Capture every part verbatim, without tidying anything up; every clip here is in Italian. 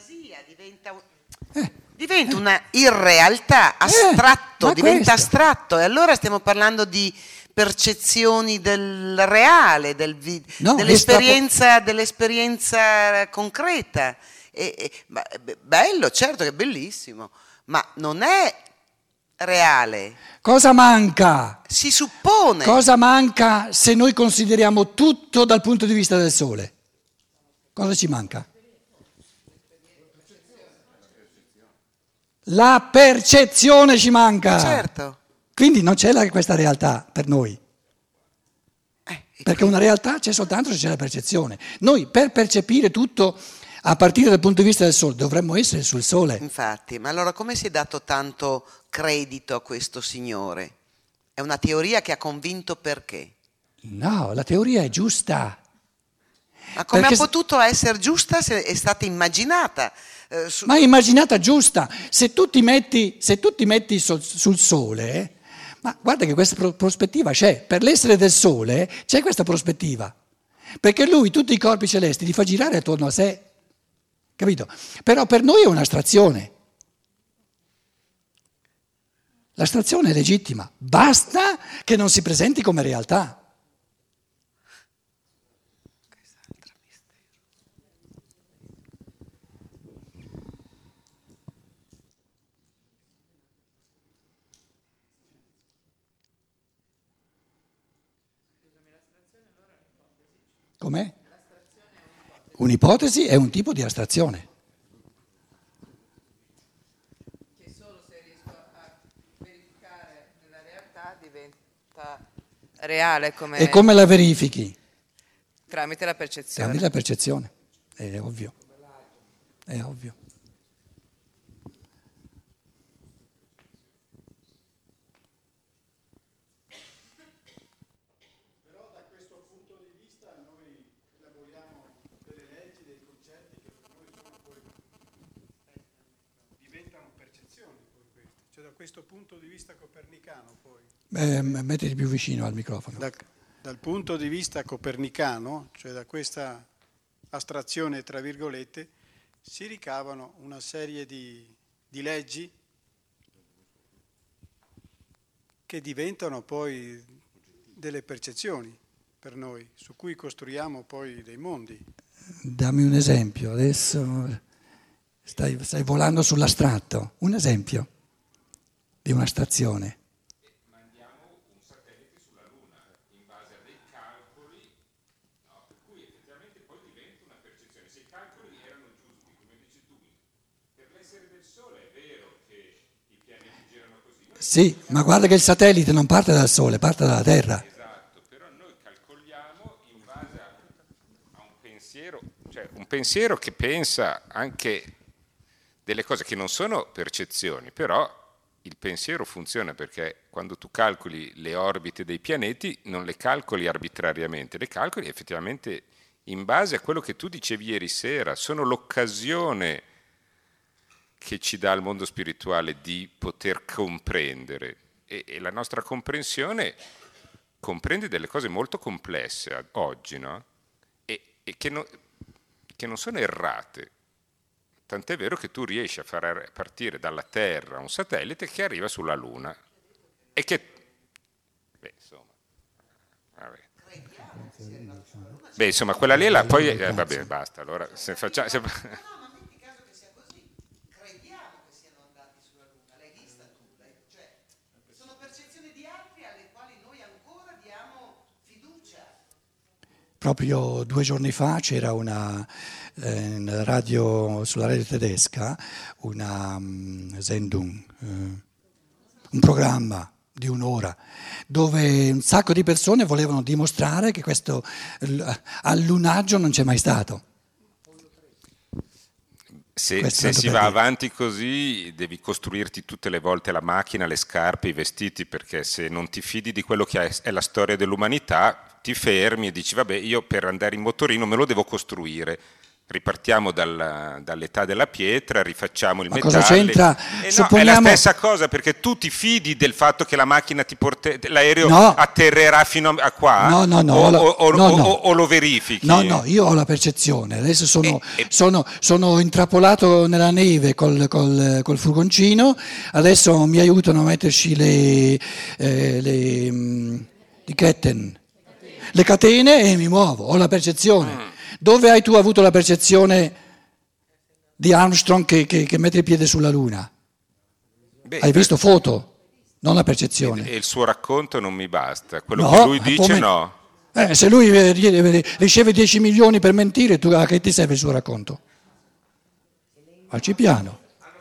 fantasia, diventa, un... Eh. diventa una irrealtà, astratto, eh, diventa questo. astratto, e allora stiamo parlando di percezioni del reale, del vi- No, dell'esperienza, è stato... dell'esperienza concreta. E, e, ma, bello, certo che è bellissimo, ma non è reale. Cosa manca? Si suppone. Cosa manca se noi consideriamo tutto dal punto di vista del Sole? Cosa ci manca? La percezione ci manca. Certo. Quindi non c'è la, questa realtà per noi. Eh, Perché quindi... una realtà c'è soltanto se c'è la percezione. Noi per percepire tutto a partire dal punto di vista del Sole dovremmo essere sul Sole. Infatti, ma allora come si è dato tanto credito a questo signore? È una teoria che ha convinto perché? No, la teoria è giusta. Ma come Perché ha potuto essere giusta se è stata immaginata? Eh, su... Ma è immaginata giusta. Se tu ti metti, se tu ti metti sul, sul Sole, eh, ma guarda che questa pro- prospettiva c'è. Per l'essere del Sole c'è questa prospettiva. Perché lui tutti i corpi celesti li fa girare attorno a sé. Capito? Però per noi è un'astrazione. L'astrazione è legittima. Basta che non si presenti come realtà. Com'è? Un'ipotesi è un tipo di astrazione. Che solo se riesco a verificare nella realtà diventa reale come... E come la verifichi? Tramite la percezione. Tramite la percezione, è ovvio. È ovvio. Cioè da questo punto di vista copernicano poi. Eh, mettiti più vicino al microfono. Da, dal punto di vista copernicano, cioè da questa astrazione tra virgolette, si ricavano una serie di, di leggi che diventano poi delle percezioni per noi, su cui costruiamo poi dei mondi. Dammi un esempio, adesso stai, stai volando sull'astratto. Un esempio di un'astrazione. Mandiamo un satellite sulla Luna in base a dei calcoli, no? Per cui effettivamente poi diventa una percezione. Se i calcoli erano giusti, come dici tu, per l'essere del Sole è vero che i pianeti girano così. Sì, ma guarda che il satellite non parte dal Sole, parte dalla Terra. Esatto, però noi calcoliamo in base a, a un pensiero, cioè un pensiero che pensa anche delle cose che non sono percezioni, però il pensiero funziona perché quando tu calcoli le orbite dei pianeti non le calcoli arbitrariamente, le calcoli effettivamente in base a quello che tu dicevi ieri sera, sono l'occasione che ci dà il mondo spirituale di poter comprendere e, e la nostra comprensione comprende delle cose molto complesse oggi, no? E, e che, no, che non sono errate. Tant'è vero che tu riesci a far partire dalla Terra un satellite che arriva sulla Luna e che... Beh, insomma... Vabbè. Beh, insomma, quella lì è la... Poi... Eh, vabbè, basta, allora... Se facciamo... Se... Proprio due giorni fa c'era una, eh, radio, sulla radio tedesca, una um, Sendung, eh, un programma di un'ora, dove un sacco di persone volevano dimostrare che questo l- allunaggio non c'è mai stato. Se, se si va avanti così devi costruirti tutte le volte la macchina, le scarpe, i vestiti, perché se non ti fidi di quello che è la storia dell'umanità ti fermi e dici vabbè io per andare in motorino me lo devo costruire Ripartiamo dalla, dall'età della pietra, rifacciamo il Ma metallo. cosa c'entra? Eh no, Supponiamo... È la stessa cosa, perché tu ti fidi del fatto che la macchina ti porte, l'aereo no. atterrerà fino a qua? No, no, no, o, la... o, o, no, no. o, o lo verifichi? No, no, io ho la percezione. Adesso sono, E, e... sono, sono intrappolato nella neve col, col, col furgoncino, adesso mi aiutano a metterci le, eh, le, mh, le Ketten, le catene e mi muovo, ho la percezione. Mm. Dove hai tu avuto la percezione di Armstrong che, che, che mette il piede sulla Luna? Beh, hai visto foto, non la percezione. E il suo racconto non mi basta, quello no, che lui dice come... no. Eh, se lui riceve dieci milioni per mentire, tu a che ti serve il suo racconto? Facci piano.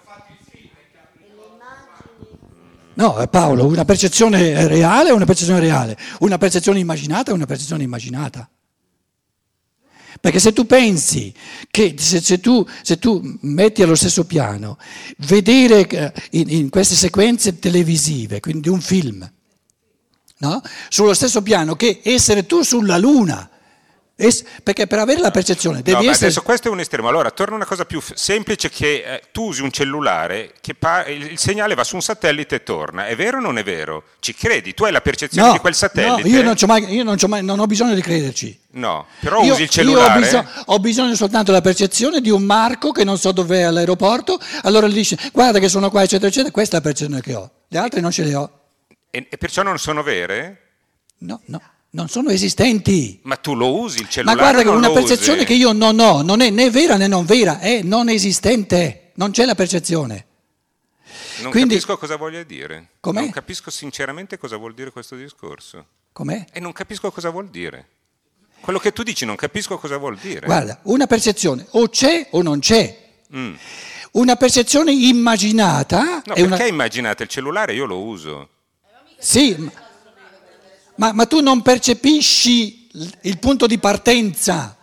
No, Paolo, una percezione reale è una percezione reale, una percezione immaginata è una percezione immaginata. Perché se tu pensi che se, se, tu, se tu metti allo stesso piano vedere in, in queste sequenze televisive, quindi un film, no? Sullo stesso piano che essere tu sulla Luna, es, perché per avere la percezione devi no, essere... Adesso questo è un estremo, allora torna una cosa più f- semplice che eh, tu usi un cellulare, che pa- il, il segnale va su un satellite e torna, è vero o non è vero? Ci credi? Tu hai la percezione no, di quel satellite? No, io, non, c'ho mai, io non, c'ho mai, non ho bisogno di crederci. No, però io, usi il cellulare. Io ho bisogno, ho bisogno soltanto della percezione di un Marco che non so dov'è all'aeroporto, allora gli dice guarda che sono qua eccetera eccetera, questa è la percezione che ho, le altre non ce le ho. E, e perciò non sono vere? No, no, non sono esistenti. Ma tu lo usi il cellulare? Ma guarda che non una lo percezione usi? che io non ho, non è né vera né non vera, è non esistente, non c'è la percezione. Non Quindi, capisco cosa voglia dire. Com'è? Non capisco sinceramente cosa vuol dire questo discorso. Com'è? E non capisco cosa vuol dire. Quello che tu dici non capisco cosa vuol dire. Guarda, una percezione o c'è o non c'è. Mm. Una percezione immaginata... No, è perché una... immaginate il cellulare, io lo uso. Sì, ma, ma tu non percepisci il punto di partenza.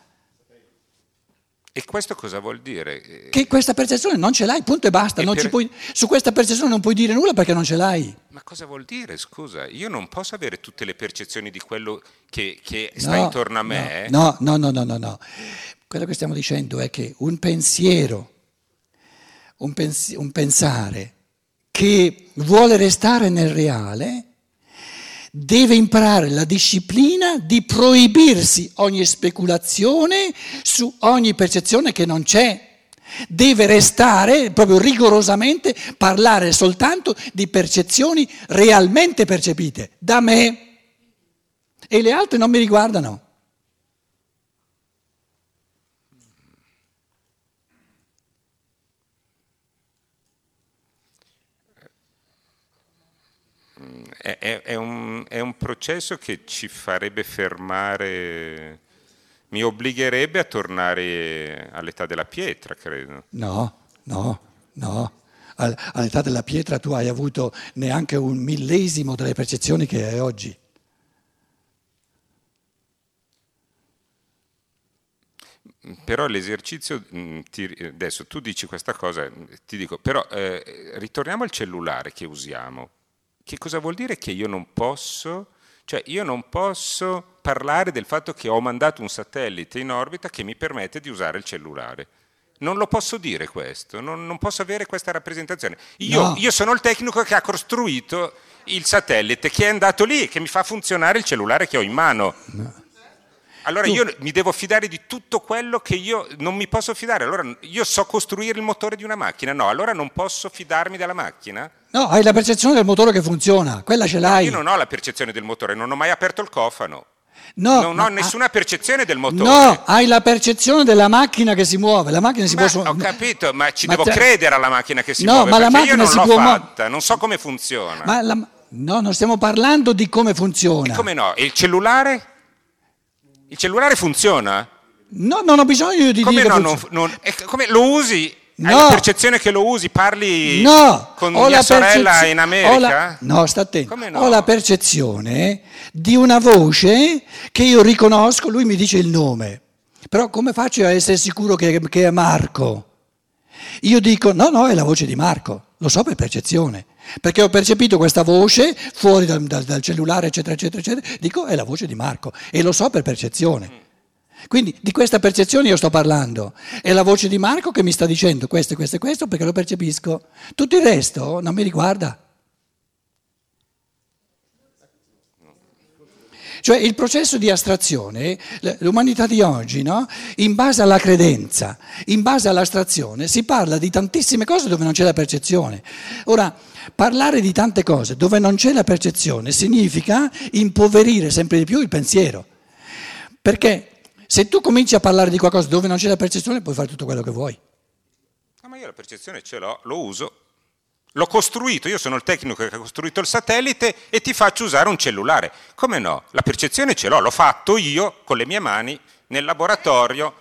E questo cosa vuol dire? Che questa percezione non ce l'hai, punto e basta. E Non per... ci puoi, su questa percezione non puoi dire nulla perché non ce l'hai. Ma cosa vuol dire, scusa? Io non posso avere tutte le percezioni di quello che, che sta no, intorno a me? No, no, no, no, no, no. Quello che stiamo dicendo è che un pensiero, un, pens- un pensare che vuole restare nel reale deve imparare la disciplina di proibirsi ogni speculazione su ogni percezione che non c'è. Deve restare, proprio rigorosamente, parlare soltanto di percezioni realmente percepite da me, e le altre non mi riguardano. È, è, è, un, è un processo che ci farebbe fermare, mi obbligherebbe a tornare all'età della pietra, credo. No, no, no. All'età della pietra tu hai avuto neanche un millesimo delle percezioni che hai oggi. Però l'esercizio, ti, adesso tu dici questa cosa, ti dico, però eh, ritorniamo al cellulare che usiamo. Che cosa vuol dire che io non posso, cioè io non posso parlare del fatto che ho mandato un satellite in orbita che mi permette di usare il cellulare? Non lo posso dire questo, non, non posso avere questa rappresentazione. Io, no. io sono il tecnico che ha costruito il satellite, che è andato lì e che mi fa funzionare il cellulare che ho in mano. No. Allora io mi devo fidare di tutto quello che io non mi posso fidare. Allora io so costruire il motore di una macchina, no, allora non posso fidarmi della macchina? No, hai la percezione del motore che funziona, quella ce l'hai. No, io non ho la percezione del motore, non ho mai aperto il cofano. No, non ho nessuna ha... percezione del motore. No, hai la percezione della macchina che si muove. La macchina si ma, può... Ho capito, ma ci ma devo te... credere alla macchina che si no, muove, ma la perché io non si l'ho può fatta, mo... non so come funziona. Ma la... No, non stiamo parlando di come funziona. E come no? E il cellulare? Il cellulare funziona? No, non ho bisogno di come dire no, che non, non, come lo usi? No. Hai la percezione che lo usi? Parli no. con Ho mia la sorella percez... in America? Ho la... No, sta attento. Come no? Ho la percezione di una voce che io riconosco, lui mi dice il nome. Però come faccio a essere sicuro che, che è Marco? Io dico, no, no, è la voce di Marco. Lo so per percezione. Perché ho percepito questa voce fuori dal, dal, dal cellulare, eccetera, eccetera, eccetera. Dico, è la voce di Marco. E lo so per percezione. Quindi di questa percezione io sto parlando. È la voce di Marco che mi sta dicendo questo e questo e questo perché lo percepisco. Tutto il resto non mi riguarda. Cioè il processo di astrazione, l'umanità di oggi, no? In base alla credenza, in base all'astrazione, si parla di tantissime cose dove non c'è la percezione. Ora, parlare di tante cose dove non c'è la percezione significa impoverire sempre di più il pensiero. Perché se tu cominci a parlare di qualcosa dove non c'è la percezione puoi fare tutto quello che vuoi. No, ma io la percezione ce l'ho, lo uso. L'ho costruito, io sono il tecnico che ha costruito il satellite e ti faccio usare un cellulare. Come no? La percezione ce l'ho, l'ho fatto io con le mie mani nel laboratorio.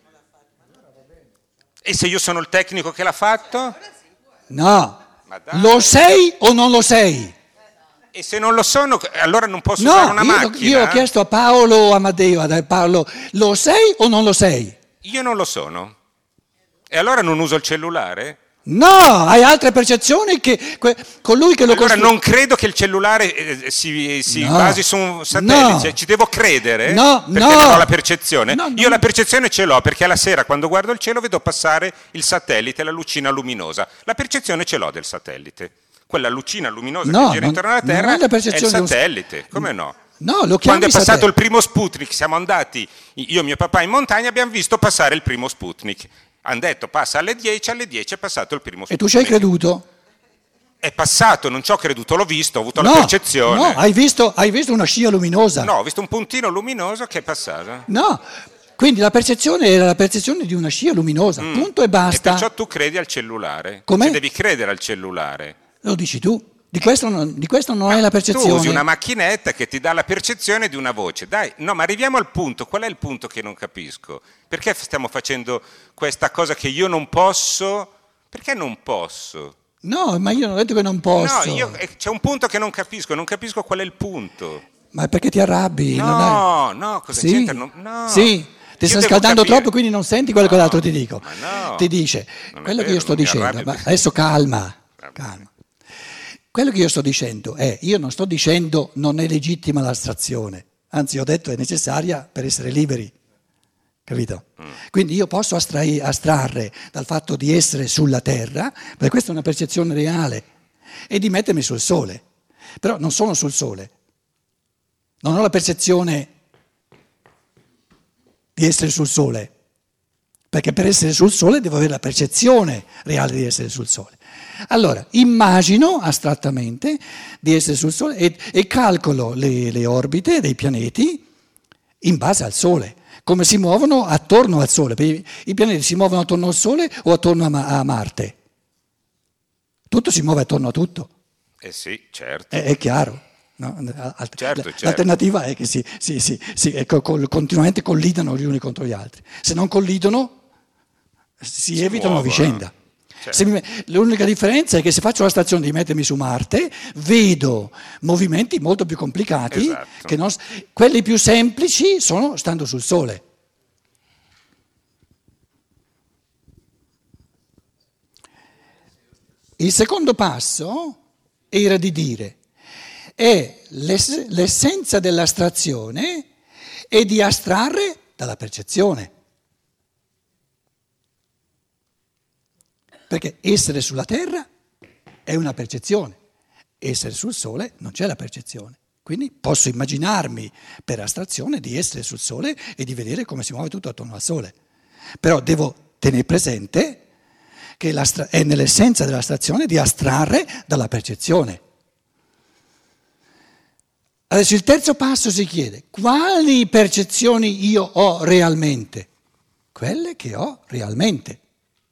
E se io sono il tecnico che l'ha fatto? No, lo sei o non lo sei? E se non lo sono, allora non posso no, usare una io, macchina? Io ho chiesto a Paolo o Amadeo, a Paolo, lo sei o non lo sei? Io non lo sono. E allora non uso il cellulare? No, hai altre percezioni che que, colui che lo allora costru- non credo che il cellulare eh, si, si no, basi su un satellite, no, cioè, ci devo credere no, perché no, non ho la percezione. No, Io no. la percezione ce l'ho perché alla sera quando guardo il cielo vedo passare il satellite, la lucina luminosa. La percezione ce l'ho del satellite. Quella lucina luminosa no, che gira non, intorno alla Terra è, è il satellite, come no? No, lo Quando è passato satellite. il primo Sputnik, siamo andati, io e mio papà in montagna, abbiamo visto passare il primo Sputnik. Hanno detto passa alle dieci, alle dieci è passato il primo Sputnik. E tu ci hai creduto? È passato, non ci ho creduto, l'ho visto, ho avuto no, la percezione. No, hai visto, hai visto una scia luminosa? No, ho visto un puntino luminoso che è passato. No, quindi la percezione era la percezione di una scia luminosa, mm. punto e basta. E perciò tu credi al cellulare. Come? Ci devi credere al cellulare. Lo dici tu. Di questo non, di questo non ma è la percezione. Tu usi una macchinetta che ti dà la percezione di una voce. Dai, no, ma arriviamo al punto. Qual è il punto che non capisco? Perché stiamo facendo questa cosa che io non posso? Perché non posso? No, ma io non ho detto che non posso. No, io, c'è un punto che non capisco, non capisco qual è il punto. Ma è perché ti arrabbi? No, non è... no, cosa sì, c'entra? No, no. Sì, ti stai scaldando capire. troppo, quindi non senti quello no, che l'altro ti dico. No, ti dice, quello vero, che io sto dicendo, ma adesso calma, calma. Quello che io sto dicendo è, io non sto dicendo non è legittima l'astrazione, anzi ho detto è necessaria per essere liberi, capito? Mm. Quindi io posso astrai, astrarre dal fatto di essere sulla terra, perché questa è una percezione reale, e di mettermi sul sole, però non sono sul sole, non ho la percezione di essere sul sole, perché per essere sul sole devo avere la percezione reale di essere sul sole. Allora, immagino astrattamente di essere sul Sole e, e calcolo le, le orbite dei pianeti in base al Sole, come si muovono attorno al Sole. Perché i pianeti si muovono attorno al Sole o attorno a, a Marte? Tutto si muove attorno a tutto. Eh sì, certo. È, è chiaro. No? Alt- certo, certo. L'alternativa è che si, si, si, si, ecco, continuamente collidano gli uni contro gli altri. Se non collidono, si, si evitano a vicenda. Certo. Mi, l'unica differenza è che se faccio la stazione di mettermi su Marte, vedo movimenti molto più complicati, esatto. che non, quelli più semplici sono stando sul Sole. Il secondo passo era di dire, è l'ess- l'essenza dell'astrazione è di astrarre dalla percezione. Perché essere sulla Terra è una percezione, essere sul Sole non c'è la percezione. Quindi posso immaginarmi per astrazione di essere sul Sole e di vedere come si muove tutto attorno al Sole. Però devo tenere presente che è nell'essenza dell'astrazione di astrarre dalla percezione. Adesso il terzo passo si chiede, quali percezioni io ho realmente? Quelle che ho realmente.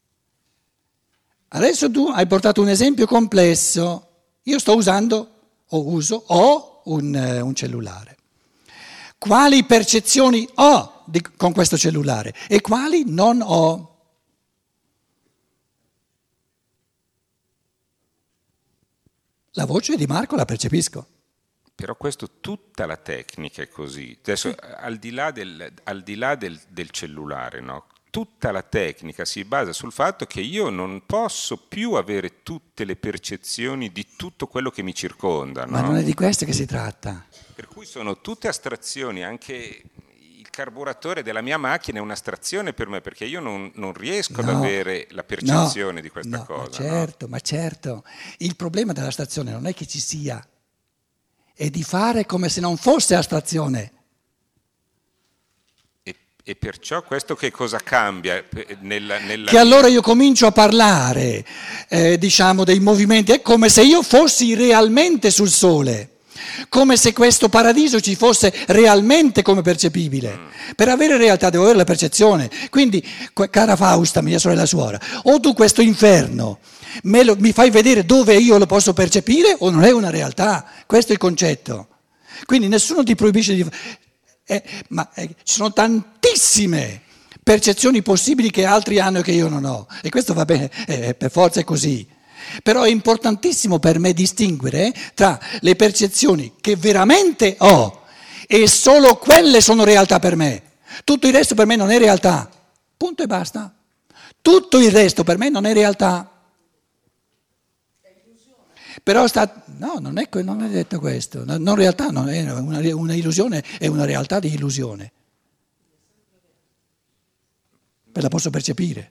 Adesso tu hai portato un esempio complesso, io sto usando, o uso, ho un, uh, un cellulare. Quali percezioni ho di, con questo cellulare e quali non ho? La voce di Marco la percepisco. Però questo, tutta la tecnica è così. Adesso, al di là del, al di là del, del cellulare, no? Tutta la tecnica si basa sul fatto che io non posso più avere tutte le percezioni di tutto quello che mi circonda. No? Ma non è di questo che si tratta. Per cui sono tutte astrazioni, anche il carburatore della mia macchina è un'astrazione per me, perché io non, non riesco No, ad avere la percezione no, di questa no, cosa. Ma certo, no? ma certo. Il problema dell'astrazione non è che ci sia, è di fare come se non fosse astrazione. E, e perciò questo che cosa cambia? Nella, nella... Che allora io comincio a parlare, eh, diciamo, dei movimenti, è come se io fossi realmente sul Sole. Come se questo paradiso ci fosse realmente come percepibile. Per avere realtà devo avere la percezione. Quindi, cara Fausta, mia sorella suora, o tu questo inferno me lo, mi fai vedere dove io lo posso percepire o non è una realtà. Questo è il concetto. Quindi nessuno ti proibisce di... Eh, ma eh, ci sono tantissime percezioni possibili che altri hanno e che io non ho. E questo va bene, eh, per forza è così. Però è importantissimo per me distinguere tra le percezioni che veramente ho e solo quelle sono realtà per me. Tutto il resto per me non è realtà. Punto e basta. Tutto il resto per me non è realtà. Però sta... No, non è, non è detto questo. Non realtà, non è una, una illusione, è una realtà di illusione. Per la posso percepire.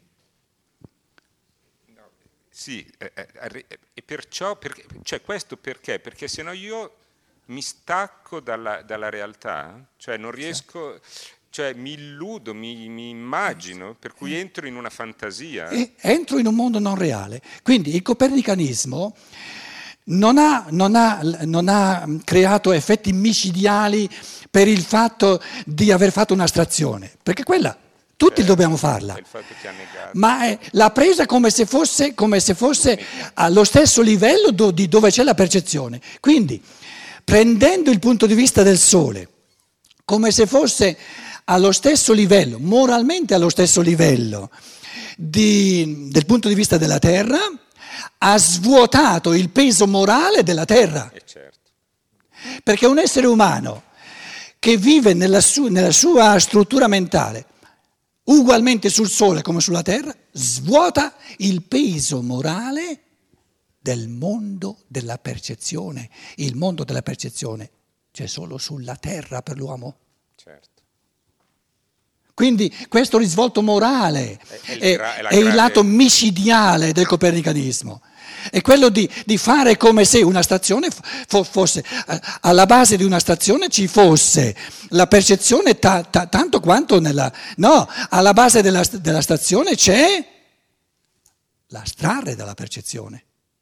Sì, eh, eh, e perciò, perché, cioè questo perché? Perché se no io mi stacco dalla, dalla realtà, cioè non riesco, cioè mi illudo, mi, mi immagino, per cui entro in una fantasia. E entro in un mondo non reale. Quindi il copernicanismo non ha, non ha, non ha creato effetti micidiali per il fatto di aver fatto un'astrazione, perché quella... Tutti eh, dobbiamo farla, il fatto che ha negato. Ma è, l'ha presa come se fosse, come se fosse allo stesso livello do, di dove c'è la percezione. Quindi, prendendo il punto di vista del Sole, come se fosse allo stesso livello, moralmente allo stesso livello di, del punto di vista della Terra, ha svuotato il peso morale della Terra. Eh certo. Perché un essere umano che vive nella, su, nella sua struttura mentale, ugualmente sul Sole come sulla Terra, svuota il peso morale del mondo della percezione. Il mondo della percezione c'è solo sulla Terra per l'uomo. Certo. Quindi questo risvolto morale è, è, è, gra- è, è il grave... lato micidiale del copernicanismo. È quello di, di fare come se una stazione fo- fosse, alla base di una stazione ci fosse la percezione ta- ta- tanto quanto nella... No, alla base della, della stazione c'è l'astrarre dalla percezione.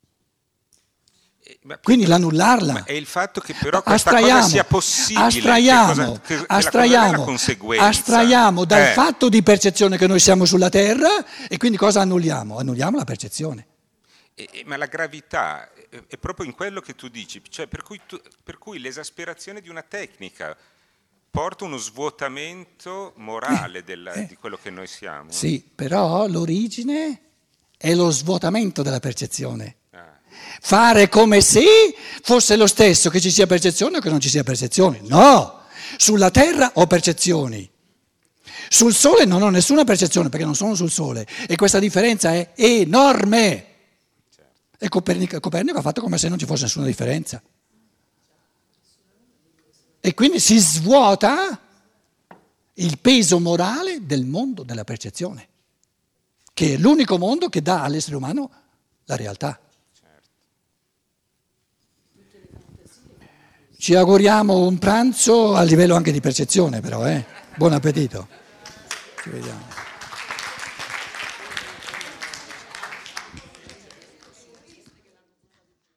Ma, Quindi l'annullarla. Ma è il fatto che però questa astraiamo, cosa sia possibile. Astraiamo, che cosa, che, astraiamo, che astraiamo dal eh. fatto di percezione che noi siamo sulla Terra e quindi cosa annulliamo? Annulliamo la percezione. E, e, ma la gravità è, è proprio in quello che tu dici, cioè per cui, tu, per cui l'esasperazione di una tecnica porta uno svuotamento morale eh, della, eh. di quello che noi siamo. Sì, però l'origine è lo svuotamento della percezione. Ah. Fare come se fosse lo stesso che ci sia percezione o che non ci sia percezione. No, sulla Terra ho percezioni. Sul Sole non ho nessuna percezione perché non sono sul Sole e questa differenza è enorme. E Copernico, Copernico ha fatto come se non ci fosse nessuna differenza. E quindi si svuota il peso morale del mondo della percezione, che è l'unico mondo che dà all'essere umano la realtà. Ci auguriamo un pranzo a livello anche di percezione, però, eh? Buon appetito. Ci vediamo.